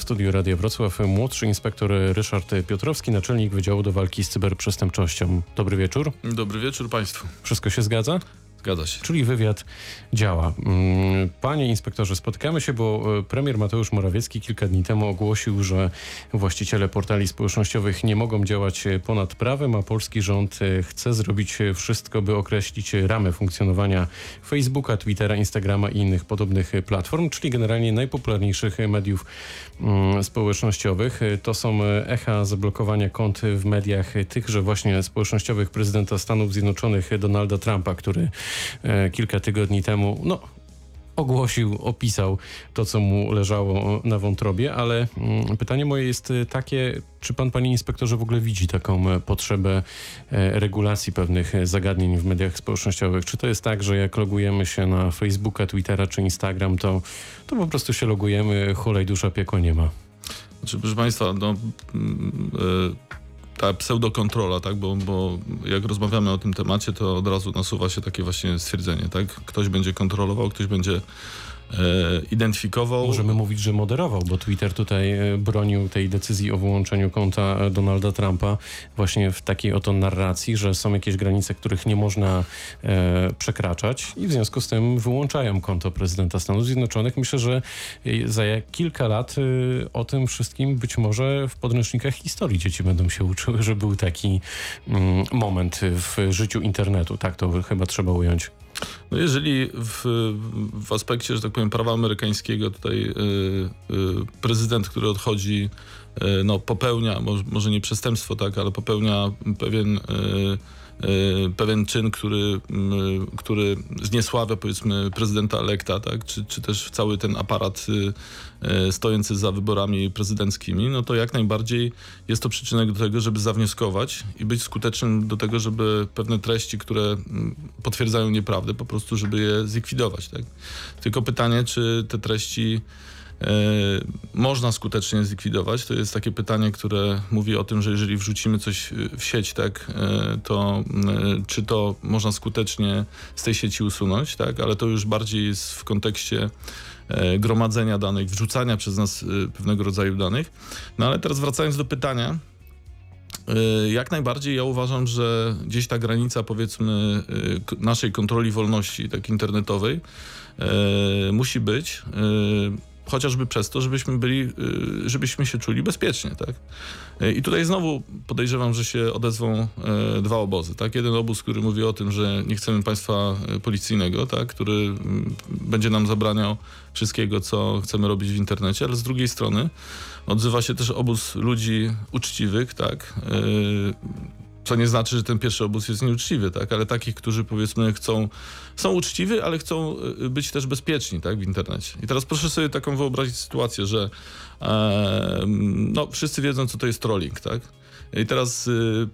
studiu Radia Wrocław młodszy inspektor Ryszard Piotrowski, naczelnik Wydziału do Walki z Cyberprzestępczością. Dobry wieczór. Dobry wieczór Państwu. Wszystko się zgadza? Zgadza się. Czyli wywiad działa. Panie inspektorze, spotykamy się, bo premier Mateusz Morawiecki kilka dni temu ogłosił, że właściciele portali społecznościowych nie mogą działać ponad prawem, a polski rząd chce zrobić wszystko, by określić ramy funkcjonowania Facebooka, Twittera, Instagrama i innych podobnych platform, czyli generalnie najpopularniejszych mediów społecznościowych. To są echa zablokowania kont w mediach tychże właśnie społecznościowych prezydenta Stanów Zjednoczonych Donalda Trumpa, który kilka tygodni temu ogłosił, opisał to, co mu leżało na wątrobie, ale pytanie moje jest takie, czy pan, panie inspektorze, w ogóle widzi taką potrzebę regulacji pewnych zagadnień w mediach społecznościowych? Czy to jest tak, że jak logujemy się na Facebooka, Twittera czy Instagram, to po prostu się logujemy, hulaj dusza, piekła nie ma? Znaczy, proszę Państwa, ta pseudokontrola, tak, bo jak rozmawiamy o tym temacie, to od razu nasuwa się takie właśnie stwierdzenie, tak? Ktoś będzie kontrolował, ktoś będzie identyfikował. Możemy mówić, że moderował, bo Twitter tutaj bronił tej decyzji o wyłączeniu konta Donalda Trumpa właśnie w takiej oto narracji, że są jakieś granice, których nie można przekraczać i w związku z tym wyłączają konto prezydenta Stanów Zjednoczonych. Myślę, że za kilka lat o tym wszystkim być może w podręcznikach historii dzieci będą się uczyły, że był taki moment w życiu internetu. Tak to chyba trzeba ująć. No jeżeli w aspekcie, że tak powiem, prawa amerykańskiego tutaj prezydent, który odchodzi, popełnia, może nie przestępstwo, tak, ale popełnia pewien czyn, który zniesławia, powiedzmy, prezydenta elekta, tak, czy też cały ten aparat stojący za wyborami prezydenckimi, no to jak najbardziej jest to przyczynek do tego, żeby zawnioskować i być skutecznym do tego, żeby pewne treści, które potwierdzają nieprawdę, po prostu, żeby je zlikwidować, tak. Tylko pytanie, czy te treści można skutecznie zlikwidować. To jest takie pytanie, które mówi o tym, że jeżeli wrzucimy coś w sieć, tak, to czy to można skutecznie z tej sieci usunąć, tak, ale to już bardziej jest w kontekście gromadzenia danych, wrzucania przez nas pewnego rodzaju danych. No ale teraz wracając do pytania, jak najbardziej ja uważam, że gdzieś ta granica, powiedzmy, naszej kontroli wolności tak internetowej musi być, chociażby przez to, żebyśmy się czuli bezpiecznie, tak? I tutaj znowu podejrzewam, że się odezwą dwa obozy, tak? Jeden obóz, który mówi o tym, że nie chcemy państwa policyjnego, tak? Który będzie nam zabraniał wszystkiego, co chcemy robić w internecie, ale z drugiej strony odzywa się też obóz ludzi uczciwych, tak? Co nie znaczy, że ten pierwszy obóz jest nieuczciwy, tak? Ale takich, którzy, powiedzmy, są uczciwi, ale chcą być też bezpieczni, tak, w internecie. I teraz proszę sobie taką wyobrazić sytuację, że wszyscy wiedzą, co to jest trolling, tak? I teraz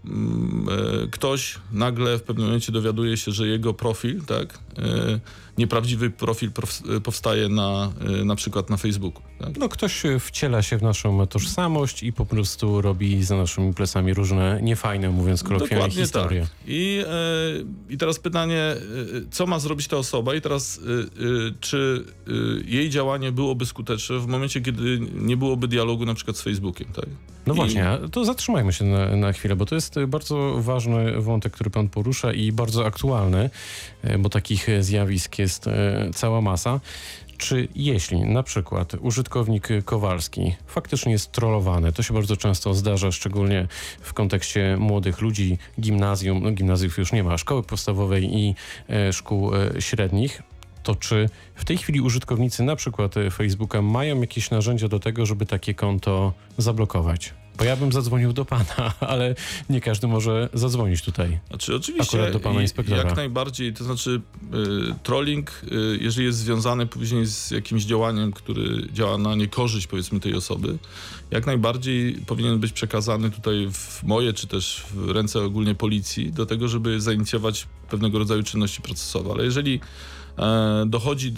ktoś nagle w pewnym momencie dowiaduje się, że jego profil, tak, nieprawdziwy profil powstaje na przykład na Facebooku. Tak? No ktoś wciela się w naszą tożsamość i po prostu robi za naszymi plecami różne niefajne, mówiąc kolokwialnie, historie. Tak. I teraz pytanie, co ma zrobić ta osoba i teraz czy jej działanie byłoby skuteczne w momencie, kiedy nie byłoby dialogu na przykład z Facebookiem, tak? No właśnie, to zatrzymajmy się na chwilę, bo to jest bardzo ważny wątek, który pan porusza i bardzo aktualny, bo takich zjawisk jest cała masa. Czy jeśli na przykład użytkownik Kowalski faktycznie jest trollowany, to się bardzo często zdarza, szczególnie w kontekście młodych ludzi, gimnazjów już nie ma, szkoły podstawowej i szkół średnich, to czy w tej chwili użytkownicy na przykład Facebooka mają jakieś narzędzia do tego, żeby takie konto zablokować? Bo ja bym zadzwonił do pana, ale nie każdy może zadzwonić tutaj. Znaczy, oczywiście, akurat do pana inspektora. Jak najbardziej, to znaczy trolling, jeżeli jest związany później z jakimś działaniem, który działa na niekorzyść, powiedzmy, tej osoby, jak najbardziej powinien być przekazany tutaj w moje, czy też w ręce ogólnie policji, do tego, żeby zainicjować pewnego rodzaju czynności procesowe. Ale jeżeli dochodzi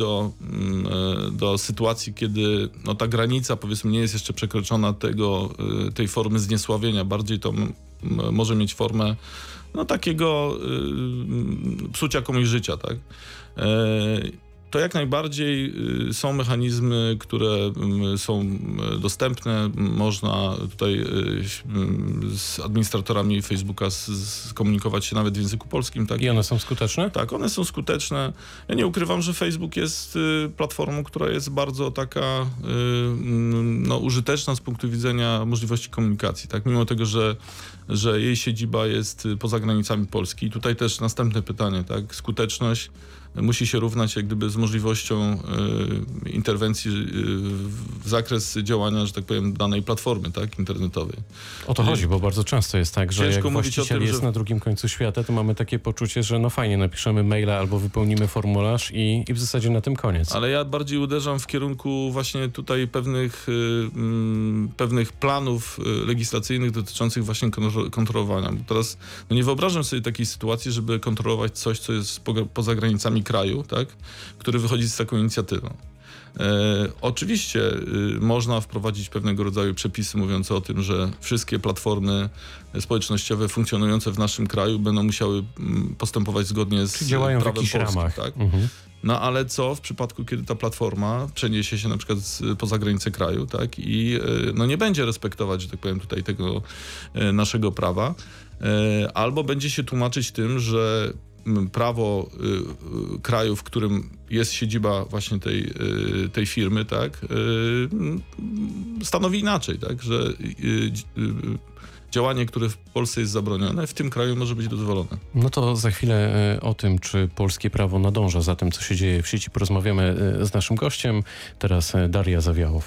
do sytuacji, kiedy ta granica, powiedzmy, nie jest jeszcze przekroczona tej formy zniesławienia, bardziej to może mieć formę takiego psucia komuś życia, tak? to jak najbardziej są mechanizmy, które są dostępne. Można tutaj z administratorami Facebooka skomunikować się nawet w języku polskim. Tak? I one są skuteczne? Tak, one są skuteczne. Ja nie ukrywam, że Facebook jest platformą, która jest bardzo taka użyteczna z punktu widzenia możliwości komunikacji. Tak? Mimo tego, że jej siedziba jest poza granicami Polski. Tutaj też następne pytanie, tak? Skuteczność musi się równać jak gdyby z możliwością interwencji w zakres działania, że tak powiem, danej platformy, tak, internetowej. O to chodzi, bo bardzo często jest tak, że jak właściciel jest na drugim końcu świata, to mamy takie poczucie, że no fajnie, napiszemy maila albo wypełnimy formularz i w zasadzie na tym koniec. Ale ja bardziej uderzam w kierunku właśnie tutaj pewnych planów legislacyjnych dotyczących właśnie kontrolowania. Bo teraz nie wyobrażam sobie takiej sytuacji, żeby kontrolować coś, co jest poza granicami kraju, tak, który wychodzi z taką inicjatywą. Oczywiście można wprowadzić pewnego rodzaju przepisy mówiące o tym, że wszystkie platformy społecznościowe funkcjonujące w naszym kraju będą musiały postępować zgodnie z działają prawem w jakichś polskim. ramach. Tak? No ale co w przypadku, kiedy ta platforma przeniesie się na przykład poza granicę kraju, tak, i nie będzie respektować, że tak powiem, tutaj tego naszego prawa, albo będzie się tłumaczyć tym, że prawo kraju, w którym jest siedziba właśnie tej firmy, tak, stanowi inaczej, tak, że działanie, które w Polsce jest zabronione, w tym kraju może być dozwolone. No to za chwilę o tym, czy polskie prawo nadąża za tym, co się dzieje w sieci, porozmawiamy z naszym gościem. Teraz Daria Zawiałow.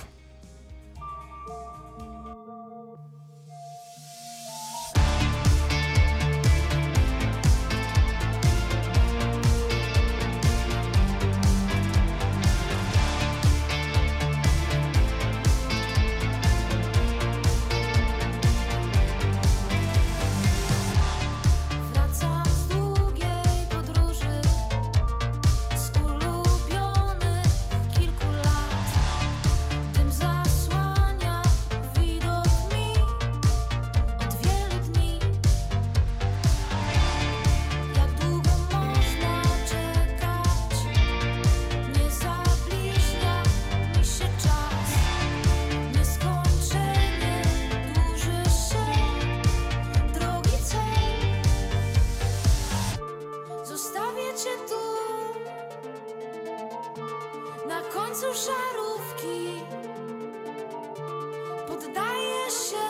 Szarówki poddaję się,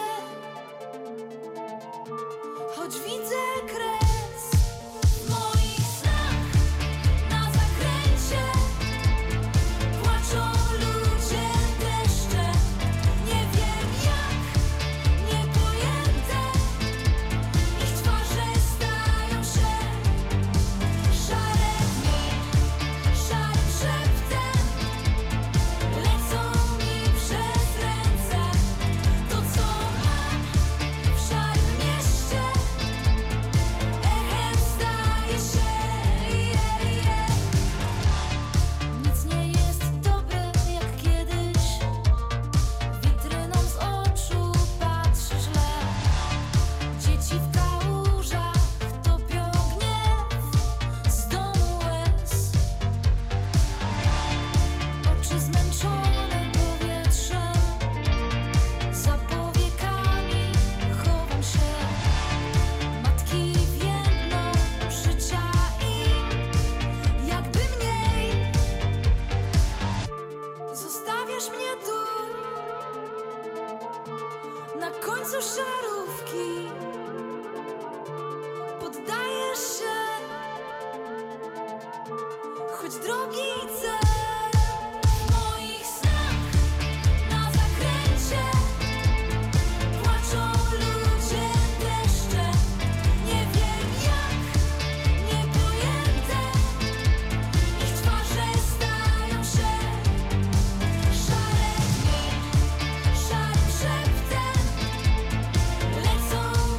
choć widzę kres w moich snach. Na zakręcie płaczą ludzie deszcze. Nie wiem jak, niepojęte. Ich twarze stają się szare dni, szarym szeptem. Lecą mi przez ręce to, co mam w szarym mieście. Echem staje się, Nic nie jest dobre jak kiedyś. Witryną z oczu patrzy źle. Dzieci w kałużach topią gniew z domu łez. Oczy zmęczone powietrzem, za powiekami chowam się. Matki więdną życia im jakby mniej. Zostawiasz mnie tu na końcu szarówki. Poddajesz się, choć drogi cel. W moich snach na zakręcie płaczą ludzie deszcze. Nie wiem jak, niepojęte. Ich twarze stają się szare dni, szarym szeptem. Lecą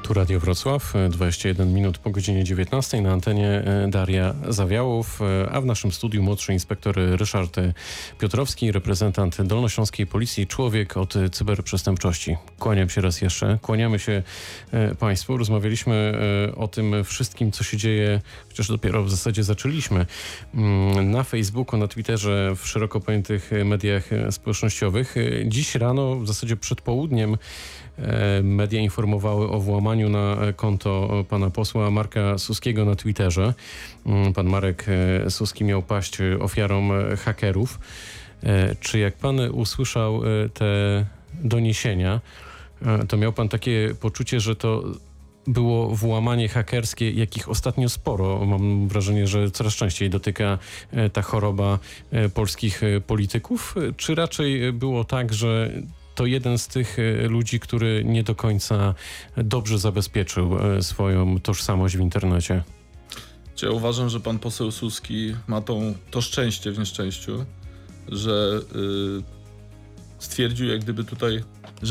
Tu Radio Wrocław, 21 minut po godzinie 19 na antenie Daria Zawiałów, a w naszym studiu młodszy inspektor Ryszard Piotrowski, reprezentant Dolnośląskiej Policji, człowiek od cyberprzestępczości. Kłaniam się raz jeszcze, kłaniamy się Państwu. Rozmawialiśmy o tym wszystkim, co się dzieje, chociaż dopiero w zasadzie zaczęliśmy, na Facebooku, na Twitterze, w szeroko pojętych mediach społecznościowych. Dziś rano, w zasadzie przed południem, media informowały o włamaniu na konto pana posła Marka Suskiego na Twitterze. Pan Marek Suski miał paść ofiarą hakerów. Czy jak pan usłyszał te doniesienia, to miał pan takie poczucie, że to było włamanie hakerskie, jakich ostatnio sporo? Mam wrażenie, że coraz częściej dotyka ta choroba polskich polityków. Czy raczej było tak, że to jeden z tych ludzi, który nie do końca dobrze zabezpieczył swoją tożsamość w internecie? Ja uważam, że pan poseł Suski ma to szczęście w nieszczęściu, że stwierdził jak gdyby tutaj,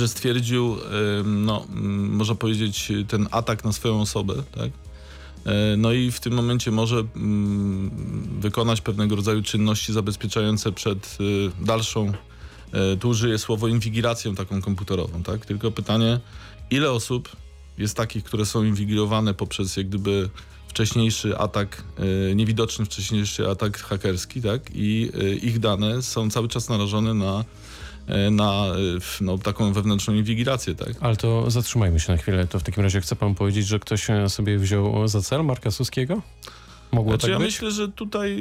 można powiedzieć, ten atak na swoją osobę, tak? No i w tym momencie może wykonać pewnego rodzaju czynności zabezpieczające przed dalszą, tu użyję słowo inwigilacją taką komputerową, tak? Tylko pytanie, ile osób jest takich, które są inwigilowane poprzez jak gdyby wcześniejszy atak, niewidoczny wcześniejszy atak hakerski, tak? I ich dane są cały czas narażone na taką wewnętrzną inwigilację, tak? Ale to zatrzymajmy się na chwilę. To w takim razie chce pan powiedzieć, że ktoś sobie wziął za cel Marka Suskiego? Mogło tak ja być? Myślę, że tutaj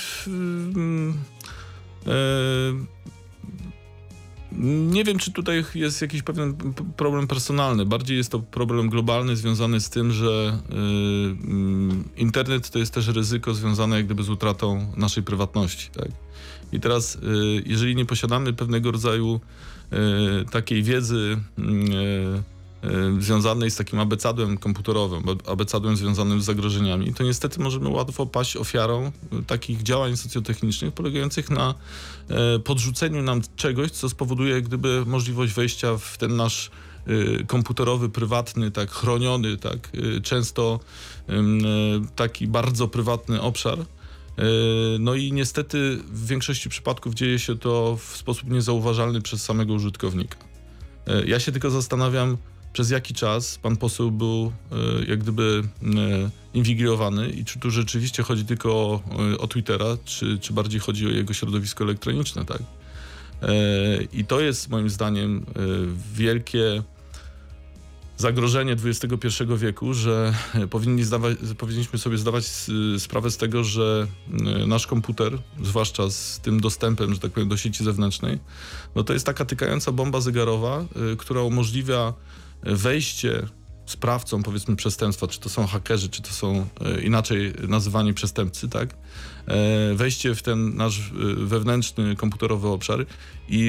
nie wiem, czy tutaj jest jakiś pewien problem personalny. Bardziej jest to problem globalny związany z tym, że internet to jest też ryzyko związane jak gdyby z utratą naszej prywatności, tak? I teraz, jeżeli nie posiadamy pewnego rodzaju takiej wiedzy związanej z takim abecadłem komputerowym, abecadłem związanym z zagrożeniami, to niestety możemy łatwo paść ofiarą takich działań socjotechnicznych polegających na podrzuceniu nam czegoś, co spowoduje jak gdyby możliwość wejścia w ten nasz komputerowy, prywatny, tak chroniony, tak często taki bardzo prywatny obszar. No i niestety w większości przypadków dzieje się to w sposób niezauważalny przez samego użytkownika. Ja się tylko zastanawiam, przez jaki czas pan poseł był jak gdyby inwigilowany i czy tu rzeczywiście chodzi tylko o Twittera, czy bardziej chodzi o jego środowisko elektroniczne, tak? I to jest moim zdaniem wielkie zagrożenie XXI wieku, że powinniśmy sobie zdawać sprawę z tego, że nasz komputer, zwłaszcza z tym dostępem, że tak powiem, do sieci zewnętrznej, no to jest taka tykająca bomba zegarowa, która umożliwia wejście sprawcom, powiedzmy, przestępstwa, czy to są hakerzy, czy to są inaczej nazywani przestępcy, tak? Wejście w ten nasz wewnętrzny komputerowy obszar i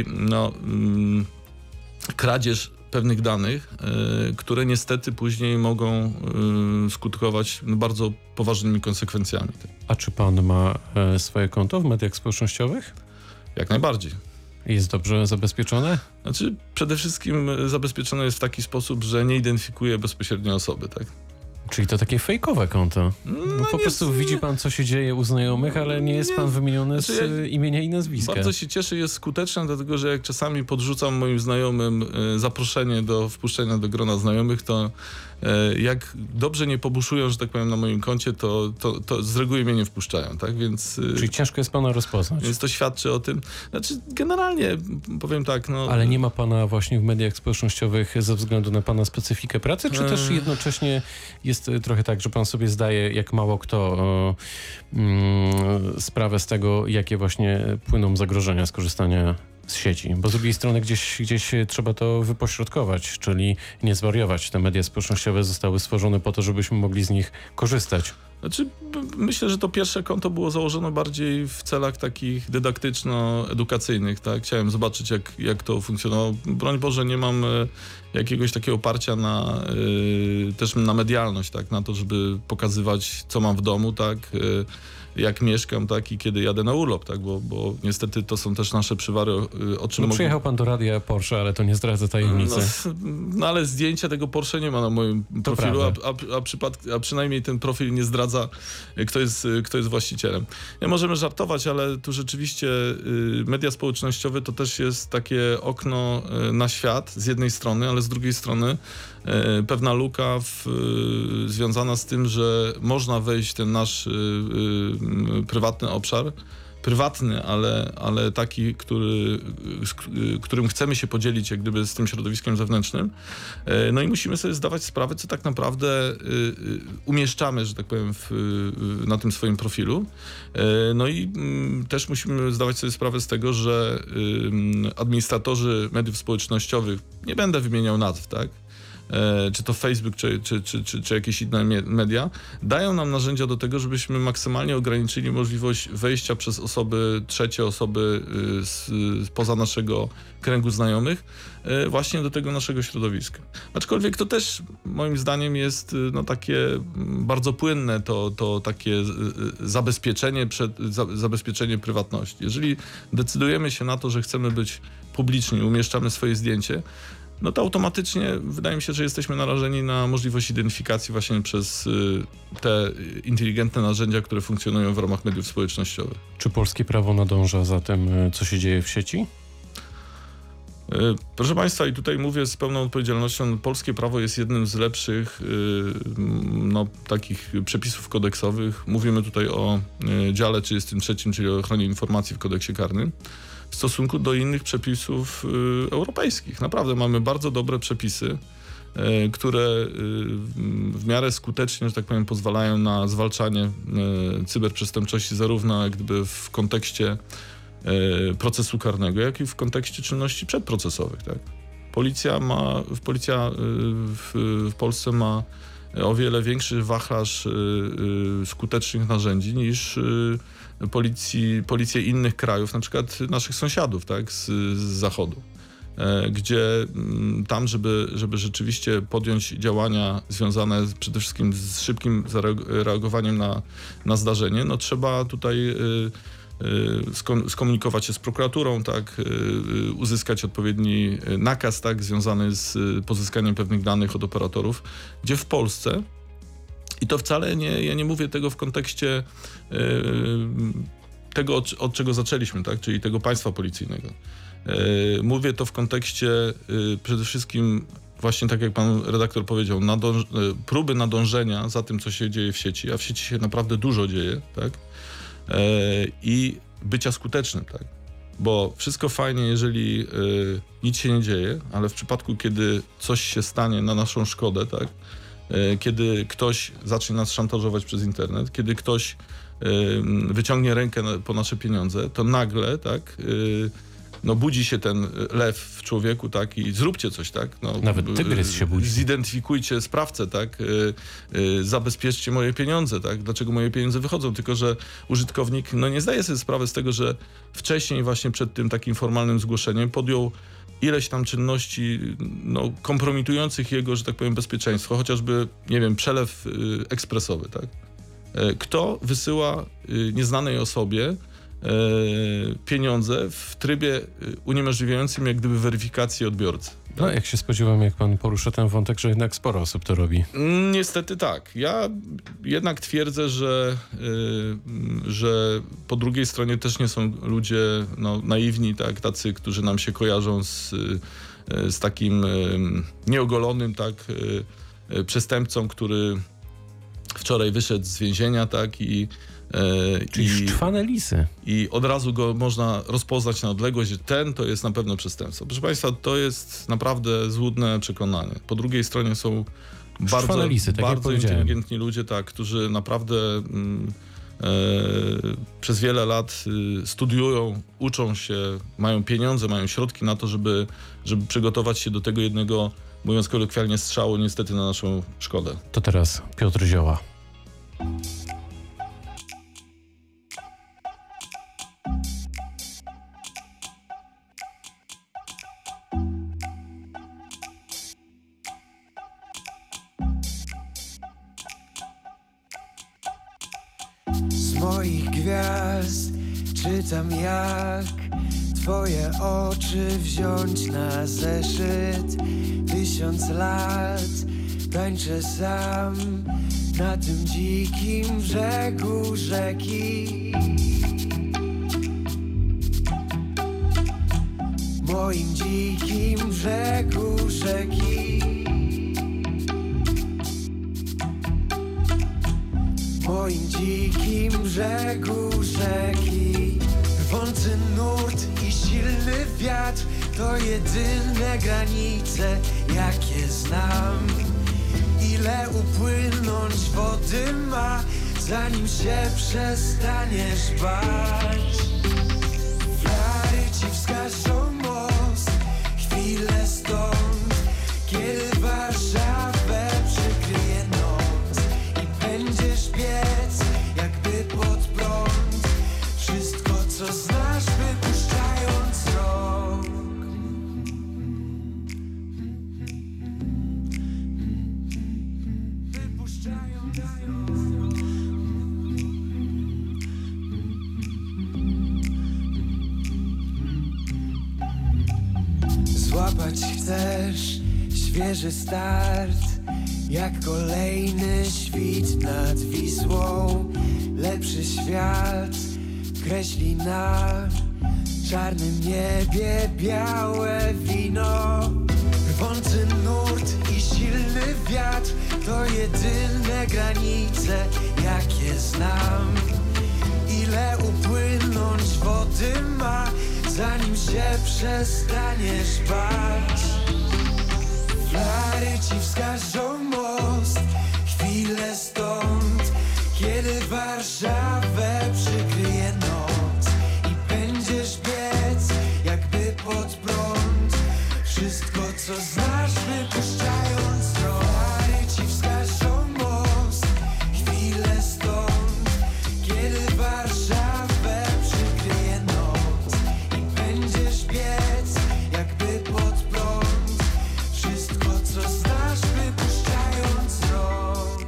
kradzież pewnych danych, które niestety później mogą skutkować bardzo poważnymi konsekwencjami. A czy pan ma swoje konto w mediach społecznościowych? Jak najbardziej. Jest dobrze zabezpieczone? Znaczy, przede wszystkim zabezpieczone jest w taki sposób, że nie identyfikuje bezpośrednio osoby, tak? Czyli to takie fejkowe konto. No po prostu widzi pan, co się dzieje u znajomych, ale nie jest pan wymieniony z imienia i nazwiska. Bardzo się cieszę, jest skuteczne, dlatego że jak czasami podrzucam moim znajomym zaproszenie do wpuszczenia do grona znajomych, to jak dobrze nie pobuszują, że tak powiem, na moim koncie, to z reguły mnie nie wpuszczają, tak? Więc, czyli ciężko jest pana rozpoznać. Więc to świadczy o tym. Znaczy, generalnie powiem tak, no... Ale nie ma pana właśnie w mediach społecznościowych ze względu na pana specyfikę pracy, czy też jednocześnie jest trochę tak, że pan sobie zdaje, jak mało kto, sprawę z tego, jakie właśnie płyną zagrożenia z korzystania z sieci? Bo z drugiej strony gdzieś trzeba to wypośrodkować, czyli nie zwariować. Te media społecznościowe zostały stworzone po to, żebyśmy mogli z nich korzystać. Znaczy, myślę, że to pierwsze konto było założone bardziej w celach takich dydaktyczno-edukacyjnych, tak? Chciałem zobaczyć, jak to funkcjonowało. Broń Boże, nie mam jakiegoś takiego oparcia też na medialność, tak? Na to, żeby pokazywać, co mam w domu, tak? jak mieszkam, tak, i kiedy jadę na urlop, tak, bo niestety to są też nasze przywary, o czym Przyjechał pan do radia Porsche, ale to nie zdradza tajemnicy. No ale zdjęcia tego Porsche nie ma na moim profilu, a przynajmniej ten profil nie zdradza, kto jest właścicielem. Nie możemy żartować, ale tu rzeczywiście media społecznościowe to też jest takie okno na świat z jednej strony, ale z drugiej strony pewna luka związana z tym, że można wejść w ten nasz prywatny obszar, prywatny, ale taki, którym chcemy się podzielić jak gdyby z tym środowiskiem zewnętrznym. No i musimy sobie zdawać sprawę, co tak naprawdę umieszczamy, że tak powiem, na tym swoim profilu. No i też musimy zdawać sobie sprawę z tego, że administratorzy mediów społecznościowych, nie będę wymieniał nazw, tak? Czy to Facebook, czy jakieś inne media, dają nam narzędzia do tego, żebyśmy maksymalnie ograniczyli możliwość wejścia przez trzecie osoby spoza naszego kręgu znajomych właśnie do tego naszego środowiska. Aczkolwiek to też moim zdaniem jest takie bardzo płynne to takie zabezpieczenie prywatności. Jeżeli decydujemy się na to, że chcemy być publiczni, umieszczamy swoje zdjęcie, no to automatycznie wydaje mi się, że jesteśmy narażeni na możliwość identyfikacji właśnie przez te inteligentne narzędzia, które funkcjonują w ramach mediów społecznościowych. Czy polskie prawo nadąża za tym, co się dzieje w sieci? Proszę Państwa, i tutaj mówię z pełną odpowiedzialnością, polskie prawo jest jednym z lepszych takich przepisów kodeksowych. Mówimy tutaj o dziale 33, czyli o ochronie informacji w kodeksie karnym, w stosunku do innych przepisów europejskich. Naprawdę mamy bardzo dobre przepisy, które w miarę skutecznie, że tak powiem, pozwalają na zwalczanie cyberprzestępczości zarówno jak gdyby w kontekście procesu karnego, jak i w kontekście czynności przedprocesowych. Tak? Policja w Polsce ma o wiele większy wachlarz skutecznych narzędzi niż policje innych krajów, na przykład naszych sąsiadów, tak, z zachodu, gdzie tam, żeby rzeczywiście podjąć działania związane przede wszystkim z szybkim zareagowaniem na zdarzenie, no trzeba tutaj skomunikować się z prokuraturą, tak, uzyskać odpowiedni nakaz, tak, związany z pozyskaniem pewnych danych od operatorów, gdzie w Polsce, i to wcale ja nie mówię tego w kontekście tego, od czego zaczęliśmy, tak, czyli tego państwa policyjnego. Mówię to w kontekście przede wszystkim właśnie tak jak pan redaktor powiedział, próby nadążenia za tym, co się dzieje w sieci, a w sieci się naprawdę dużo dzieje, tak, i bycia skutecznym, tak. Bo wszystko fajnie, jeżeli nic się nie dzieje, ale w przypadku, kiedy coś się stanie na naszą szkodę, tak, kiedy ktoś zacznie nas szantażować przez internet, kiedy ktoś wyciągnie rękę po nasze pieniądze, to nagle, tak, budzi się ten lew w człowieku, tak, i zróbcie coś, tak. Nawet tygrys się budzi. Zidentyfikujcie sprawcę, tak, zabezpieczcie moje pieniądze, tak, dlaczego moje pieniądze wychodzą, tylko że użytkownik, nie zdaje sobie sprawy z tego, że wcześniej właśnie przed tym takim formalnym zgłoszeniem podjął ileś tam czynności kompromitujących jego, że tak powiem, bezpieczeństwo, chociażby, nie wiem, przelew ekspresowy, tak. Kto wysyła nieznanej osobie pieniądze w trybie uniemożliwiającym jak gdyby weryfikację odbiorcy. No, jak się spodziewam, jak pan porusza ten wątek, że jednak sporo osób to robi. Niestety tak. Ja jednak twierdzę, że po drugiej stronie też nie są ludzie naiwni, tak, tacy, którzy nam się kojarzą z takim nieogolonym, tak, przestępcą, który wczoraj wyszedł z więzienia, tak, Czyli szczwane lisy. I od razu go można rozpoznać na odległość, że ten to jest na pewno przestępca. Proszę Państwa, to jest naprawdę złudne przekonanie. Po drugiej stronie są bardzo, lisy, tak bardzo inteligentni ludzie, tak, którzy naprawdę przez wiele lat studiują, uczą się, mają pieniądze, mają środki na to, żeby przygotować się do tego jednego, mówiąc kolokwialnie, strzału niestety na naszą szkodę. To teraz Piotr Zioła. Z moich gwiazd, czytam jak twoje oczy wziąć na zeszyt. 1000 lat tańczę sam na tym dzikim brzegu rzeki. Moim dzikim brzegu rzeki. Moim dzikim brzegu rzeki. Rwący nurt i silny wiatr to jedyne granice, jakie znam. Ile upłynąć wody ma, zanim się przestaniesz bać. Flary ci wskażą most, chwilę stąd, kiedy Warszawę przykryje noc i będziesz biec jakby pod prąd. Wszystko co znasz wypuszczając rąk. Wypuszczając rąk. Złapać chcesz świeży start, jak kolejny świt nad Wisłą. Lepszy świat kreśli na czarnym niebie białe wino. Rwący nurt i silny wiatr to jedyne granice, jakie znam. Ile upłynąć wody ma, zanim się przestaniesz bać. Flary ci wskażą most, chwilę stąd, kiedy Warszawę przykryje noc i będziesz biec jakby pod prąd. Wszystko co znasz wypuszczając rąk. Flary ci wskażą most, chwilę stąd, kiedy Warszawę przykryje noc i będziesz biec jakby pod prąd. Wszystko co znasz wypuszczając rąk.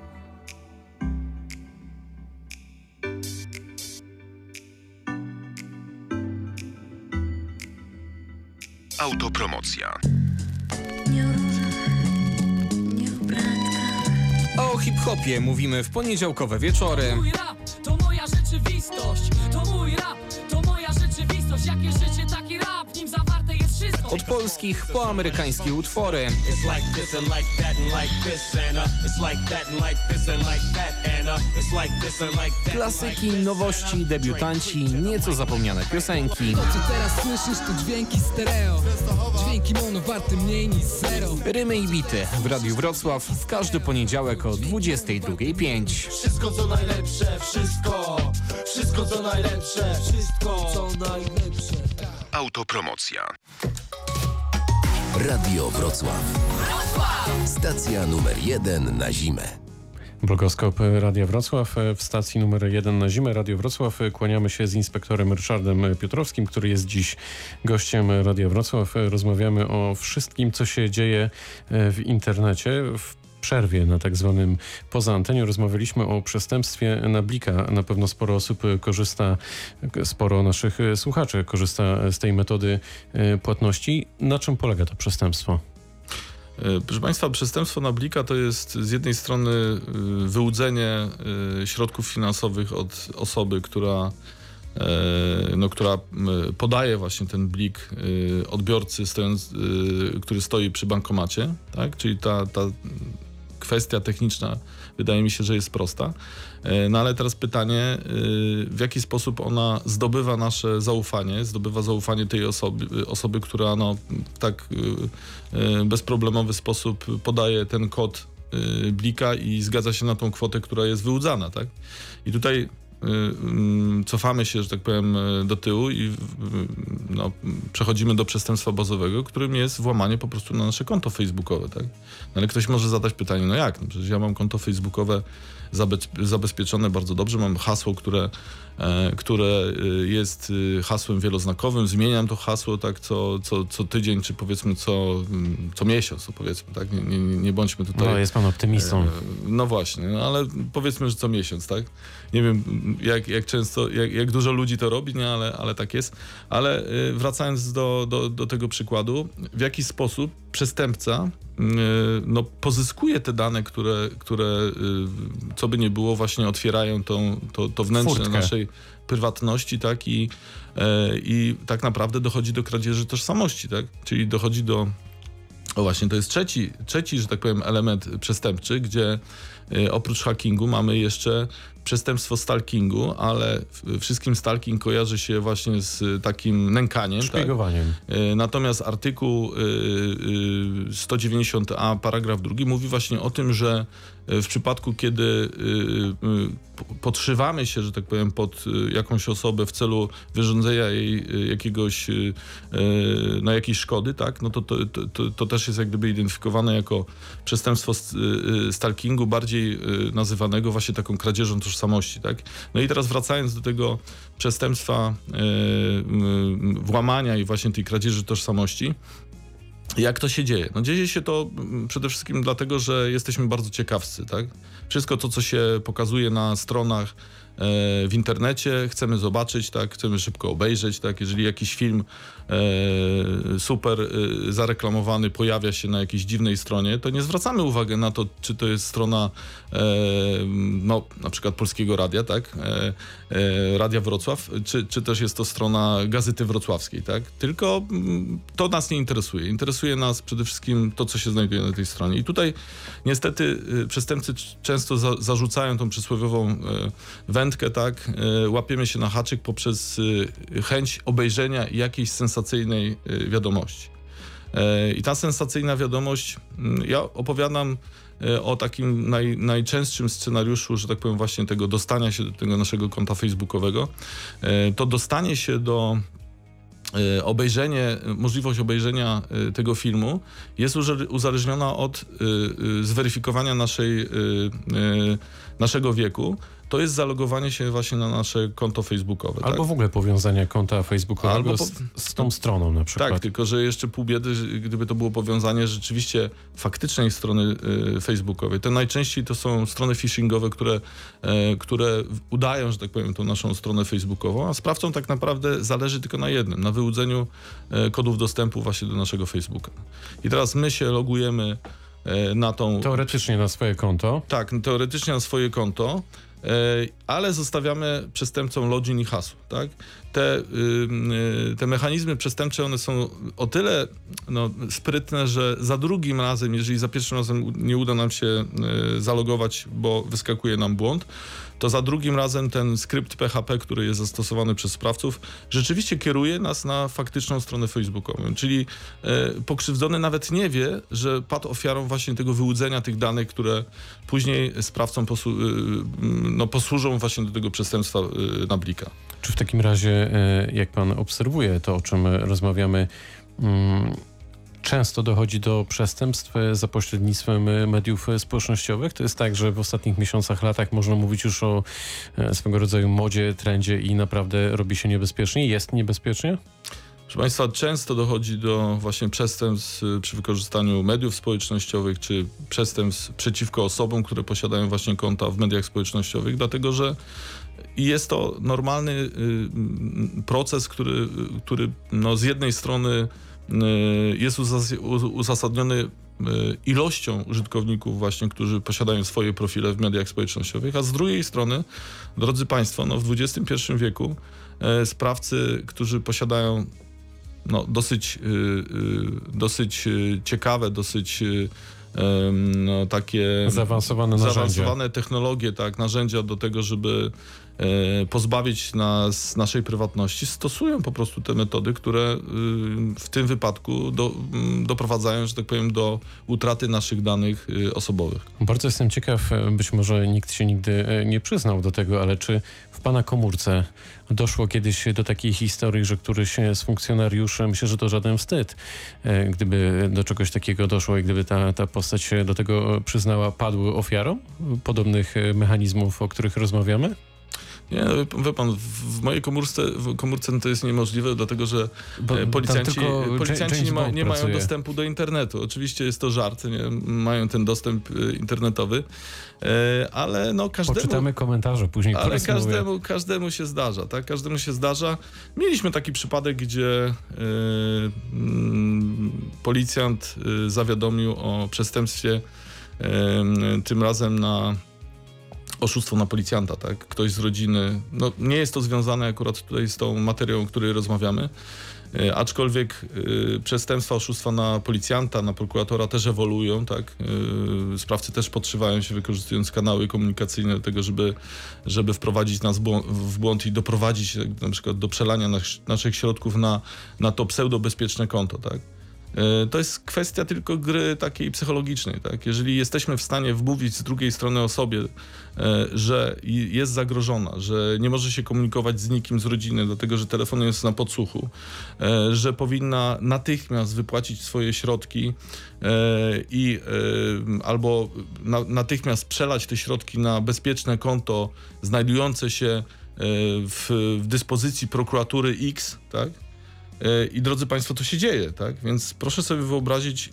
Autopromocja. Nie o różach, nie o bratkach. O hip-hopie mówimy w poniedziałkowe wieczory. Mój rap to moja rzeczywistość, to mój rap, to moja rzeczywistość. Jakie życie, taki rap, w nim zawarte jest wszystko. Od polskich po amerykańskie utwory. It's like this and like that and like this and it's like that and like this and like that and it's like this and like that. Klasyki, nowości, debiutanci, nieco zapomniane piosenki. To co teraz słyszysz to dźwięki stereo. Dźwięki mono warte mniej niż zero. Rymy i bity w Radiu Wrocław w każdy poniedziałek o 22:05. Wszystko co najlepsze, wszystko co najlepsze, wszystko co najlepsze. Autopromocja. Radio Wrocław. Stacja numer 1 na zimę. Blogoskop Radia Wrocław w stacji numer 1 na zimę. Radio Wrocław. Kłaniamy się z inspektorem Ryszardem Piotrowskim, który jest dziś gościem Radia Wrocław. Rozmawiamy o wszystkim, co się dzieje w internecie. W przerwie na tak zwanym poza antenią rozmawialiśmy o przestępstwie na Blika. Na pewno sporo osób korzysta, sporo naszych słuchaczy korzysta z tej metody płatności. Na czym polega to przestępstwo? Proszę Państwa, przestępstwo na Blika to jest z jednej strony wyłudzenie środków finansowych od osoby, która podaje właśnie ten blik odbiorcy, który stoi przy bankomacie, tak? Czyli ta kwestia techniczna wydaje mi się, że jest prosta. No ale teraz pytanie, w jaki sposób ona zdobywa nasze zaufanie, zdobywa zaufanie tej osoby, która w tak bezproblemowy sposób podaje ten kod Blika i zgadza się na tą kwotę, która jest wyłudzana, tak? I tutaj cofamy się, że tak powiem, do tyłu i przechodzimy do przestępstwa bazowego, którym jest włamanie po prostu na nasze konto facebookowe, tak? No ale ktoś może zadać pytanie, no jak? No przecież ja mam konto facebookowe zabezpieczone bardzo dobrze, mam hasło, które jest hasłem wieloznakowym, zmieniam to hasło tak co tydzień, czy powiedzmy co miesiąc, powiedzmy, tak? Nie bądźmy tutaj... No, jest pan optymistą. No właśnie, no ale powiedzmy, że co miesiąc, tak? Nie wiem, jak często, jak dużo ludzi to robi, nie? Ale tak jest. Ale wracając do tego przykładu, w jaki sposób przestępca no, pozyskuje te dane, które co by nie było, właśnie otwierają to wnętrze Furtkę naszej prywatności, tak? I tak naprawdę dochodzi do kradzieży tożsamości, tak? Czyli dochodzi do... O właśnie, to jest trzeci, że tak powiem, element przestępczy, gdzie oprócz hackingu mamy jeszcze przestępstwo stalkingu, ale wszystkim stalking kojarzy się właśnie z takim nękaniem. Szpiegowaniem. Tak? Natomiast artykuł 190a paragraf 2 mówi właśnie o tym, że w przypadku, kiedy podszywamy się, że tak powiem, pod jakąś osobę w celu wyrządzenia jej jakiejś szkody, tak? No to też jest jak gdyby identyfikowane jako przestępstwo stalkingu, bardziej nazywanego właśnie taką kradzieżą tożsamości, tak? No i teraz wracając do tego przestępstwa włamania i właśnie tej kradzieży tożsamości, jak to się dzieje? No dzieje się to przede wszystkim dlatego, że jesteśmy bardzo ciekawscy, tak? Wszystko to, co się pokazuje na stronach w internecie, chcemy zobaczyć, tak? Chcemy szybko obejrzeć, tak? Jeżeli jakiś film super zareklamowany pojawia się na jakiejś dziwnej stronie, to nie zwracamy uwagi na to, czy to jest strona no, na przykład Polskiego Radia, tak? Radia Wrocław, czy też jest to strona Gazety Wrocławskiej, tak? Tylko to nas nie interesuje. Interesuje nas przede wszystkim to, co się znajduje na tej stronie. I tutaj niestety przestępcy często zarzucają tą przysłowiową wędkę, tak? Łapiemy się na haczyk poprzez chęć obejrzenia jakiejś sensacyjnej wiadomości. I ta sensacyjna wiadomość, ja opowiadam o takim najczęstszym scenariuszu, że tak powiem, właśnie tego dostania się do tego naszego konta facebookowego. To dostanie się do możliwość obejrzenia tego filmu jest uzależniona od zweryfikowania naszego wieku. To jest zalogowanie się właśnie na nasze konto facebookowe. Albo tak? W ogóle powiązania konta facebookowego z tą stroną na przykład. Tak, tylko że jeszcze pół biedy, gdyby to było powiązanie rzeczywiście faktycznej strony facebookowej. To najczęściej to są strony phishingowe, które udają, że tak powiem, tą naszą stronę facebookową, a sprawcom tak naprawdę zależy tylko na jednym, na wyłudzeniu kodów dostępu właśnie do naszego Facebooka. I teraz my się logujemy na tą... Teoretycznie na swoje konto. Tak, teoretycznie na swoje konto, ale zostawiamy przestępcom login i hasło, tak? Te mechanizmy przestępcze, one są o tyle sprytne, że za drugim razem, jeżeli za pierwszym razem nie uda nam się zalogować, bo wyskakuje nam błąd, to za drugim razem ten skrypt PHP, który jest zastosowany przez sprawców, rzeczywiście kieruje nas na faktyczną stronę facebookową. Czyli pokrzywdzony nawet nie wie, że padł ofiarą właśnie tego wyłudzenia tych danych, które później sprawcom posłużą właśnie do tego przestępstwa na blika. Czy w takim razie, jak pan obserwuje to, o czym rozmawiamy, często dochodzi do przestępstw za pośrednictwem mediów społecznościowych? To jest tak, że w ostatnich miesiącach, latach można mówić już o swego rodzaju modzie, trendzie i naprawdę robi się niebezpiecznie? Jest niebezpiecznie? Proszę Państwa, często dochodzi do właśnie przestępstw przy wykorzystaniu mediów społecznościowych, czy przestępstw przeciwko osobom, które posiadają właśnie konta w mediach społecznościowych, dlatego że jest to normalny proces, który z jednej strony jest uzasadniony ilością użytkowników właśnie, którzy posiadają swoje profile w mediach społecznościowych, a z drugiej strony, drodzy Państwo, w XXI wieku sprawcy, którzy posiadają dosyć ciekawe, takie zaawansowane technologie, tak, narzędzia do tego, żeby pozbawić nas naszej prywatności, stosują po prostu te metody, które w tym wypadku doprowadzają, że tak powiem, do utraty naszych danych osobowych. Bardzo jestem ciekaw, być może nikt się nigdy nie przyznał do tego, ale czy w pana komórce doszło kiedyś do takiej historii, że któryś z funkcjonariuszy, myślę, że to żaden wstyd, gdyby do czegoś takiego doszło i gdyby ta postać się do tego przyznała, padły ofiarą podobnych mechanizmów, o których rozmawiamy? Nie, wie pan, w mojej komórce to jest niemożliwe, dlatego że policjanci nie mają dostępu do internetu. Oczywiście jest to żart, nie? Mają ten dostęp internetowy, ale no każdemu... Poczytamy komentarze później. Ale każdemu się zdarza, tak? Każdemu się zdarza. Mieliśmy taki przypadek, gdzie policjant zawiadomił o przestępstwie, tym razem na oszustwo na policjanta, tak? Ktoś z rodziny, no nie jest to związane akurat tutaj z tą materią, o której rozmawiamy, aczkolwiek przestępstwa oszustwa na policjanta, na prokuratora też ewoluują, tak? Sprawcy też podszywają się, wykorzystując kanały komunikacyjne do tego, żeby wprowadzić nas w błąd i doprowadzić na przykład do przelania naszych środków na to pseudobezpieczne konto, tak? To jest kwestia tylko gry takiej psychologicznej, tak? Jeżeli jesteśmy w stanie wmówić z drugiej strony osobie, że jest zagrożona, że nie może się komunikować z nikim z rodziny, dlatego że telefon jest na podsłuchu, że powinna natychmiast wypłacić swoje środki albo natychmiast przelać te środki na bezpieczne konto znajdujące się w dyspozycji prokuratury X, tak? I drodzy Państwo, to się dzieje, tak? Więc proszę sobie wyobrazić,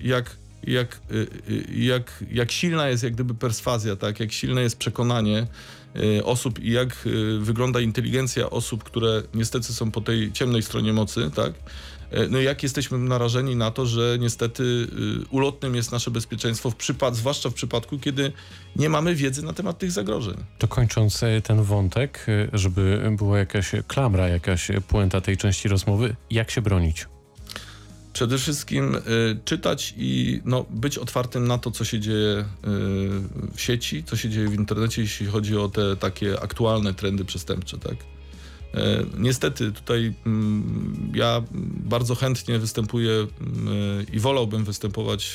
jak silna jest jak gdyby perswazja, tak? Jak silne jest przekonanie osób i jak wygląda inteligencja osób, które niestety są po tej ciemnej stronie mocy, tak? No i jak jesteśmy narażeni na to, że niestety ulotnym jest nasze bezpieczeństwo, zwłaszcza w przypadku, kiedy nie mamy wiedzy na temat tych zagrożeń. To kończąc ten wątek, żeby była jakaś klamra, jakaś puenta tej części rozmowy, jak się bronić? Przede wszystkim czytać i być otwartym na to, co się dzieje w sieci, co się dzieje w internecie, jeśli chodzi o te takie aktualne trendy przestępcze, tak? Niestety tutaj ja bardzo chętnie występuję i wolałbym występować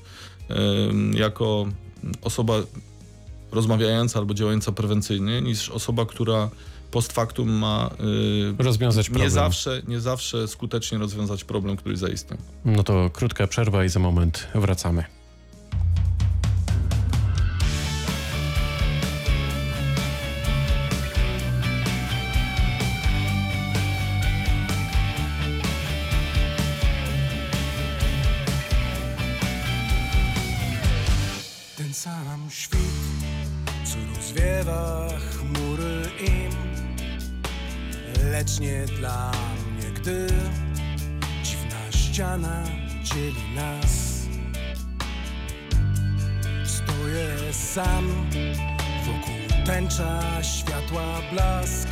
jako osoba rozmawiająca albo działająca prewencyjnie, niż osoba, która post factum ma rozwiązać problem. Nie zawsze skutecznie rozwiązać problem, który zaistniał. No to krótka przerwa i za moment wracamy. Ten sam świt, co rozwiewa chmury im, lecz nie dla mnie, gdy dziwna ściana dzieli nas. Stoję sam, wokół tęcza światła blask,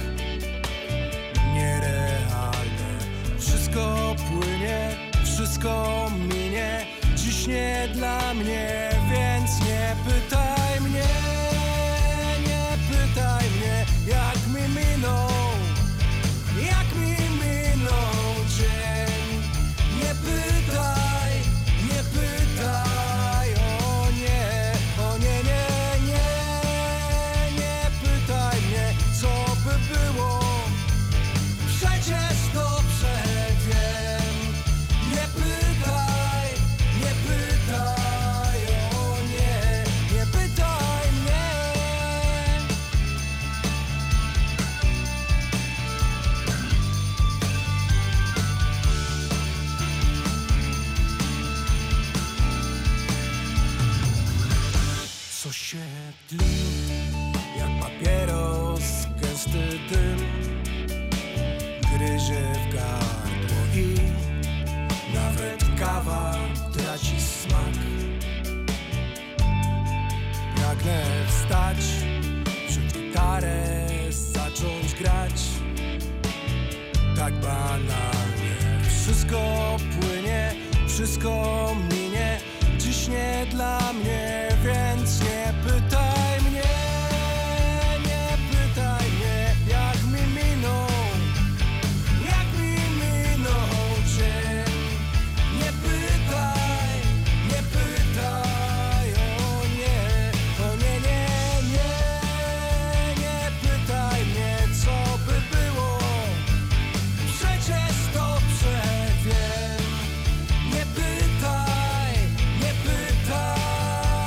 nierealne. Wszystko płynie, wszystko minie, dziś nie dla mnie, więc nie pytaj mnie, jak mi minął dzień. Nie pytaj, o nie, nie pytaj mnie, co by było, przecież dobrze wiem. Nie pytaj, o nie pytaj mnie. Co się tli, jak papieros, gęsty dym, gryzie w gardło i nawet kawa traci smak. Pragnę wstać, wziąć gitarę, zacząć grać. Tak banalnie wszystko płynie, wszystko minie, dziś nie dla mnie, więc nie pytaj mnie, jak mi minął dzień. Nie pytaj, o nie, nie pytaj mnie, co by było, przecież dobrze wiem. Nie pytaj,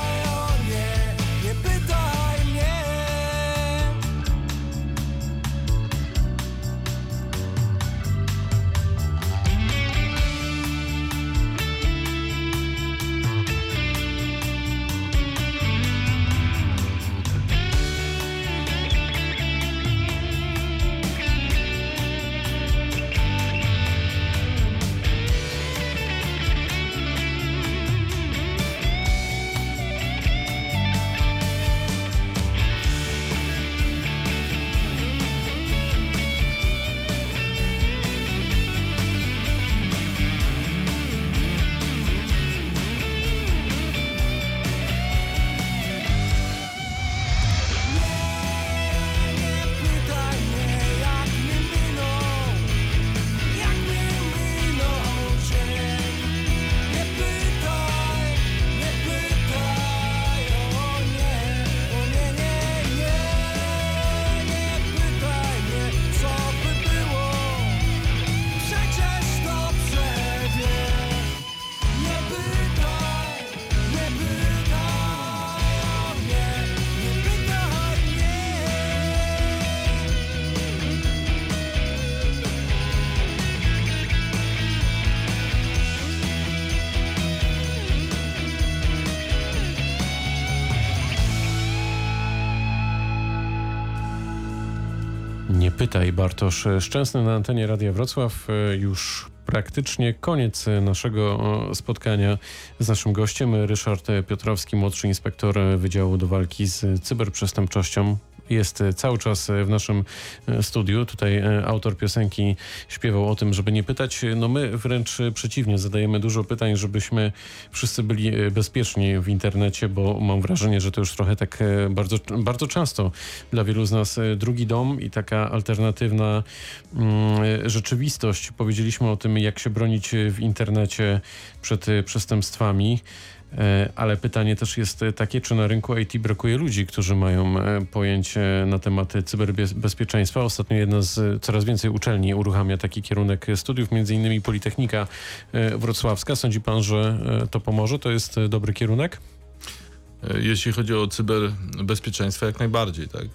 Nie pytaj, Bartosz Szczęsny na antenie Radia Wrocław. Już praktycznie koniec naszego spotkania z naszym gościem. Ryszard Piotrowski, młodszy inspektor Wydziału do Walki z Cyberprzestępczością. Jest cały czas w naszym studiu. Tutaj autor piosenki śpiewał o tym, żeby nie pytać. No my wręcz przeciwnie, zadajemy dużo pytań, żebyśmy wszyscy byli bezpieczni w internecie, bo mam wrażenie, że to już trochę tak bardzo, bardzo często dla wielu z nas drugi dom i taka alternatywna rzeczywistość. Powiedzieliśmy o tym, jak się bronić w internecie przed przestępstwami. Ale pytanie też jest takie, czy na rynku IT brakuje ludzi, którzy mają pojęcie na temat cyberbezpieczeństwa. Ostatnio coraz więcej uczelni uruchamia taki kierunek studiów, między innymi Politechnika Wrocławska. Sądzi pan, że to pomoże? To jest dobry kierunek? Jeśli chodzi o cyberbezpieczeństwo, jak najbardziej, tak.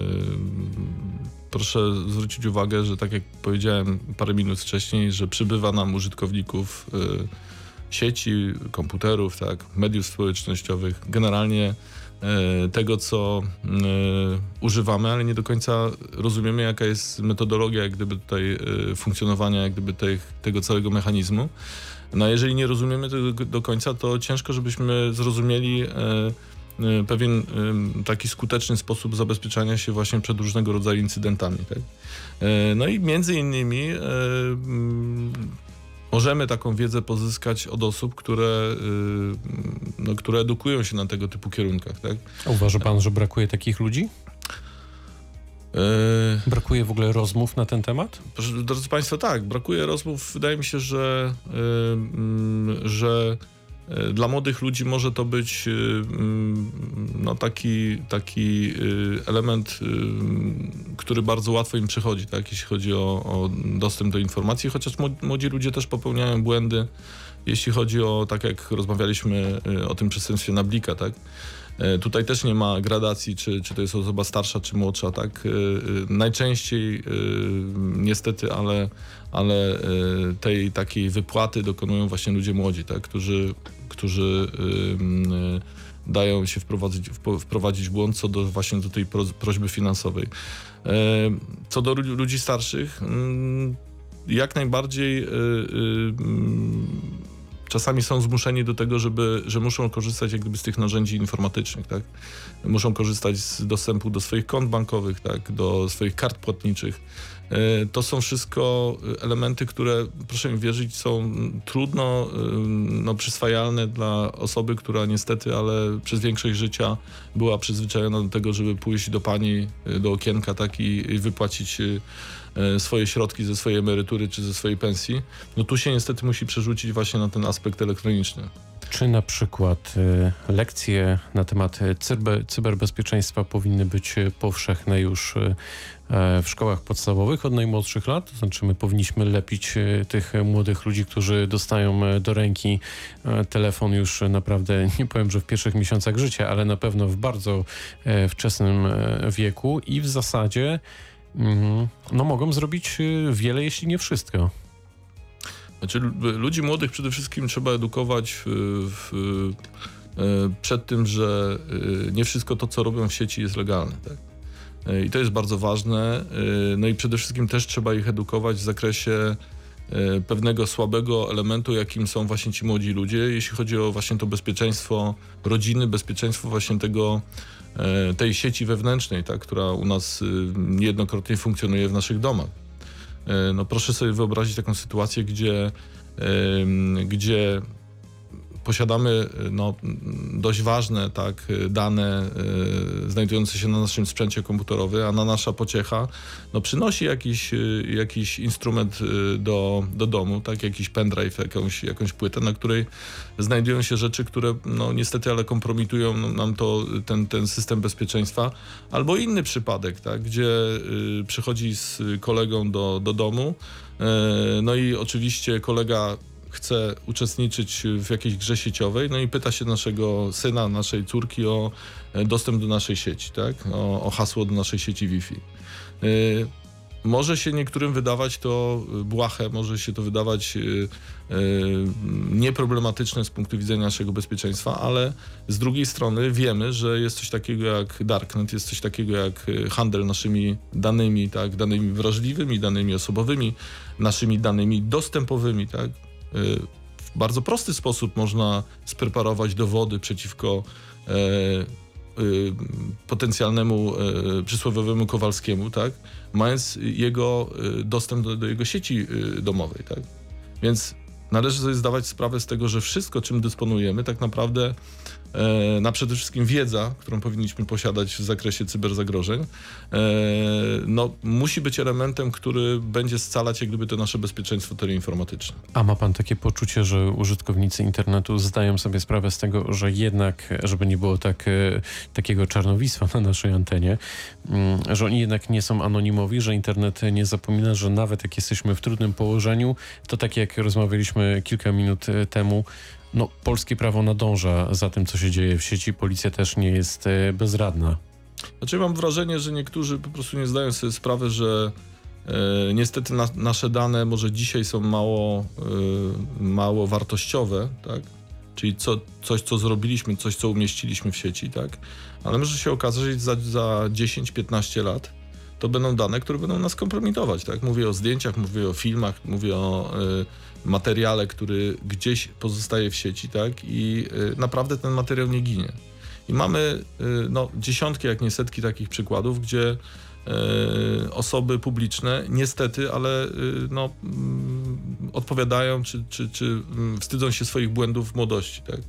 Proszę zwrócić uwagę, że tak jak powiedziałem parę minut wcześniej, że przybywa nam użytkowników sieci, komputerów, tak, mediów społecznościowych, generalnie tego, co używamy, ale nie do końca rozumiemy, jaka jest metodologia jak gdyby tutaj funkcjonowania jak gdyby tego całego mechanizmu. No a jeżeli nie rozumiemy tego do końca, to ciężko, żebyśmy zrozumieli pewien taki skuteczny sposób zabezpieczania się właśnie przed różnego rodzaju incydentami. Tak? No i między innymi możemy taką wiedzę pozyskać od osób, które edukują się na tego typu kierunkach. Tak? A uważa pan, że brakuje takich ludzi? Brakuje w ogóle rozmów na ten temat? Drodzy Państwo, tak, brakuje rozmów. Wydaje mi się, że dla młodych ludzi może to być no, taki element, który bardzo łatwo im przychodzi, tak, jeśli chodzi o dostęp do informacji, chociaż młodzi ludzie też popełniają błędy, jeśli chodzi o, tak jak rozmawialiśmy o tym przestępstwie Nablika, tak. Tutaj też nie ma gradacji, czy to jest osoba starsza, czy młodsza, tak. Najczęściej niestety, ale tej takiej wypłaty dokonują właśnie ludzie młodzi, tak, którzy dają się wprowadzić w błąd co do właśnie do tej prośby finansowej. Co do ludzi starszych, jak najbardziej czasami są zmuszeni do tego, że muszą korzystać jak gdyby z tych narzędzi informatycznych, tak? Muszą korzystać z dostępu do swoich kont bankowych, tak? Do swoich kart płatniczych. To są wszystko elementy, które, proszę mi wierzyć, są trudno przyswajalne dla osoby, która niestety, ale przez większość życia była przyzwyczajona do tego, żeby pójść do pani, do okienka, tak, i wypłacić swoje środki ze swojej emerytury czy ze swojej pensji. No tu się niestety musi przerzucić właśnie na ten aspekt elektroniczny. Czy na przykład lekcje na temat cyberbezpieczeństwa powinny być powszechne już w szkołach podstawowych od najmłodszych lat? To znaczy my powinniśmy lepić tych młodych ludzi, którzy dostają do ręki telefon już naprawdę, nie powiem, że w pierwszych miesiącach życia, ale na pewno w bardzo wczesnym wieku i w zasadzie no, mogą zrobić wiele, jeśli nie wszystko. Znaczy, ludzi młodych przede wszystkim trzeba edukować przed tym, że nie wszystko to, co robią w sieci, jest legalne. Tak? I to jest bardzo ważne. No i przede wszystkim też trzeba ich edukować w zakresie pewnego słabego elementu, jakim są właśnie ci młodzi ludzie, jeśli chodzi o właśnie to bezpieczeństwo rodziny, bezpieczeństwo właśnie tej sieci wewnętrznej, tak, która u nas niejednokrotnie funkcjonuje w naszych domach. No proszę sobie wyobrazić taką sytuację, gdzie posiadamy no, dość ważne, tak, dane znajdujące się na naszym sprzęcie komputerowym, a na nasza pociecha no, przynosi jakiś instrument do domu, tak, jakiś pendrive, jakąś płytę, na której znajdują się rzeczy, które no, niestety, ale kompromitują nam ten system bezpieczeństwa. Albo inny przypadek, tak, gdzie przychodzi z kolegą do domu, no i oczywiście kolega chce uczestniczyć w jakiejś grze sieciowej, no i pyta się naszego syna, naszej córki o dostęp do naszej sieci, tak? O hasło do naszej sieci Wi-Fi. Może się niektórym wydawać to błahe, może się to wydawać nieproblematyczne z punktu widzenia naszego bezpieczeństwa, ale z drugiej strony wiemy, że jest coś takiego jak darknet, jest coś takiego jak handel naszymi danymi, tak, danymi wrażliwymi, danymi osobowymi, naszymi danymi dostępowymi, tak. W bardzo prosty sposób można spreparować dowody przeciwko potencjalnemu przysłowiowemu Kowalskiemu, tak, mając jego dostęp do jego sieci domowej, tak. Więc należy sobie zdawać sprawę z tego, że wszystko, czym dysponujemy, tak naprawdę przede wszystkim wiedza, którą powinniśmy posiadać w zakresie cyberzagrożeń, musi być elementem, który będzie scalać jak gdyby to nasze bezpieczeństwo teleinformatyczne. A ma pan takie poczucie, że użytkownicy internetu zdają sobie sprawę z tego, że jednak, żeby nie było takiego czarnowictwa na naszej antenie, że oni jednak nie są anonimowi, że internet nie zapomina, że nawet jak jesteśmy w trudnym położeniu, to tak jak rozmawialiśmy kilka minut temu, polskie prawo nadąża za tym, co się dzieje w sieci. Policja też nie jest bezradna. Znaczy mam wrażenie, że niektórzy po prostu nie zdają sobie sprawy, że niestety nasze dane może dzisiaj są mało wartościowe, tak? Czyli coś, co zrobiliśmy, coś, co umieściliśmy w sieci, tak? Ale może się okazać, że za 10-15 lat to będą dane, które będą nas kompromitować, tak? Mówię o zdjęciach, mówię o filmach, mówię o materiale, który gdzieś pozostaje w sieci, tak? I naprawdę ten materiał nie ginie. I mamy dziesiątki, jak nie setki takich przykładów, gdzie osoby publiczne niestety, ale odpowiadają czy wstydzą się swoich błędów w młodości, tak?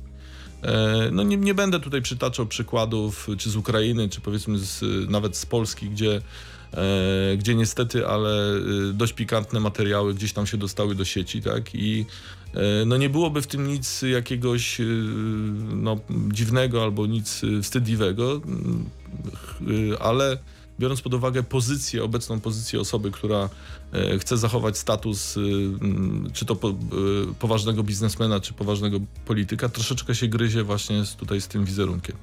Nie będę tutaj przytaczał przykładów czy z Ukrainy, czy powiedzmy nawet z Polski, gdzie niestety, ale dość pikantne materiały gdzieś tam się dostały do sieci, tak? I nie byłoby w tym nic jakiegoś dziwnego albo nic wstydliwego, ale biorąc pod uwagę obecną pozycję osoby, która chce zachować status czy to poważnego biznesmena, czy poważnego polityka, troszeczkę się gryzie właśnie z tym wizerunkiem.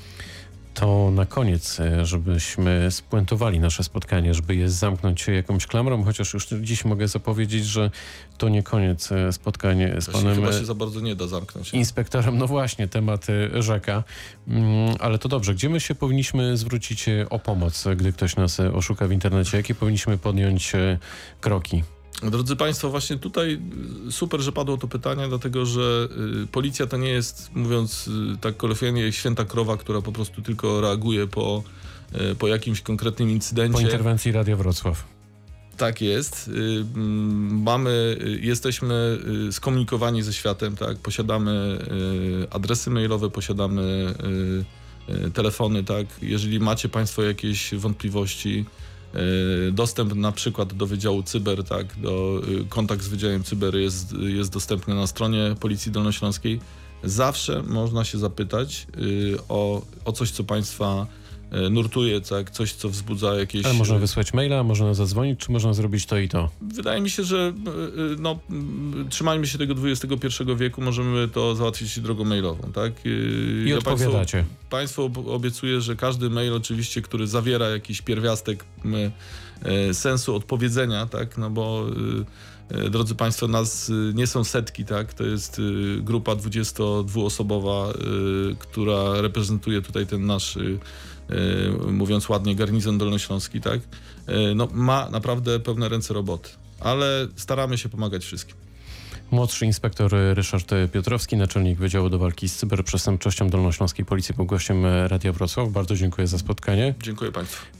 To na koniec, żebyśmy spuentowali nasze spotkanie, żeby je zamknąć jakąś klamrą, chociaż już dziś mogę zapowiedzieć, że to nie koniec spotkania z panem... Chyba się za bardzo nie da zamknąć. Inspektorem, no właśnie, temat rzeka. Ale to dobrze, gdzie my się powinniśmy zwrócić o pomoc, gdy ktoś nas oszuka w internecie? Jakie powinniśmy podjąć kroki? Drodzy Państwo, właśnie tutaj super, że padło to pytanie, dlatego że policja to nie jest, mówiąc tak kolokwialnie, święta krowa, która po prostu tylko reaguje po jakimś konkretnym incydencie. Po interwencji Radia Wrocław. Tak jest. Jesteśmy skomunikowani ze światem, tak? Posiadamy adresy mailowe, posiadamy telefony, tak? Jeżeli macie Państwo jakieś wątpliwości, dostęp na przykład do Wydziału Cyber, tak, kontakt z Wydziałem Cyber jest dostępny na stronie Policji Dolnośląskiej. Zawsze można się zapytać o coś, co Państwa nurtuje, tak, coś, co wzbudza jakieś... Ale można wysłać maila, można zadzwonić, czy można zrobić to i to? Wydaje mi się, że trzymajmy się tego XXI wieku, możemy to załatwić drogą mailową, tak? I odpowiadacie. Państwu obiecuję, że każdy mail oczywiście, który zawiera jakiś pierwiastek sensu odpowiedzenia, tak, bo drodzy Państwo, nas nie są setki, tak? To jest grupa 22-osobowa, która reprezentuje tutaj ten nasz, mówiąc ładnie, garnizon dolnośląski, tak? Ma naprawdę pełne ręce roboty, ale staramy się pomagać wszystkim. Młodszy inspektor Ryszard Piotrowski, naczelnik Wydziału do Walki z Cyberprzestępczością Dolnośląskiej Policji, był gościem Radia Wrocław. Bardzo dziękuję za spotkanie. Dziękuję Państwu.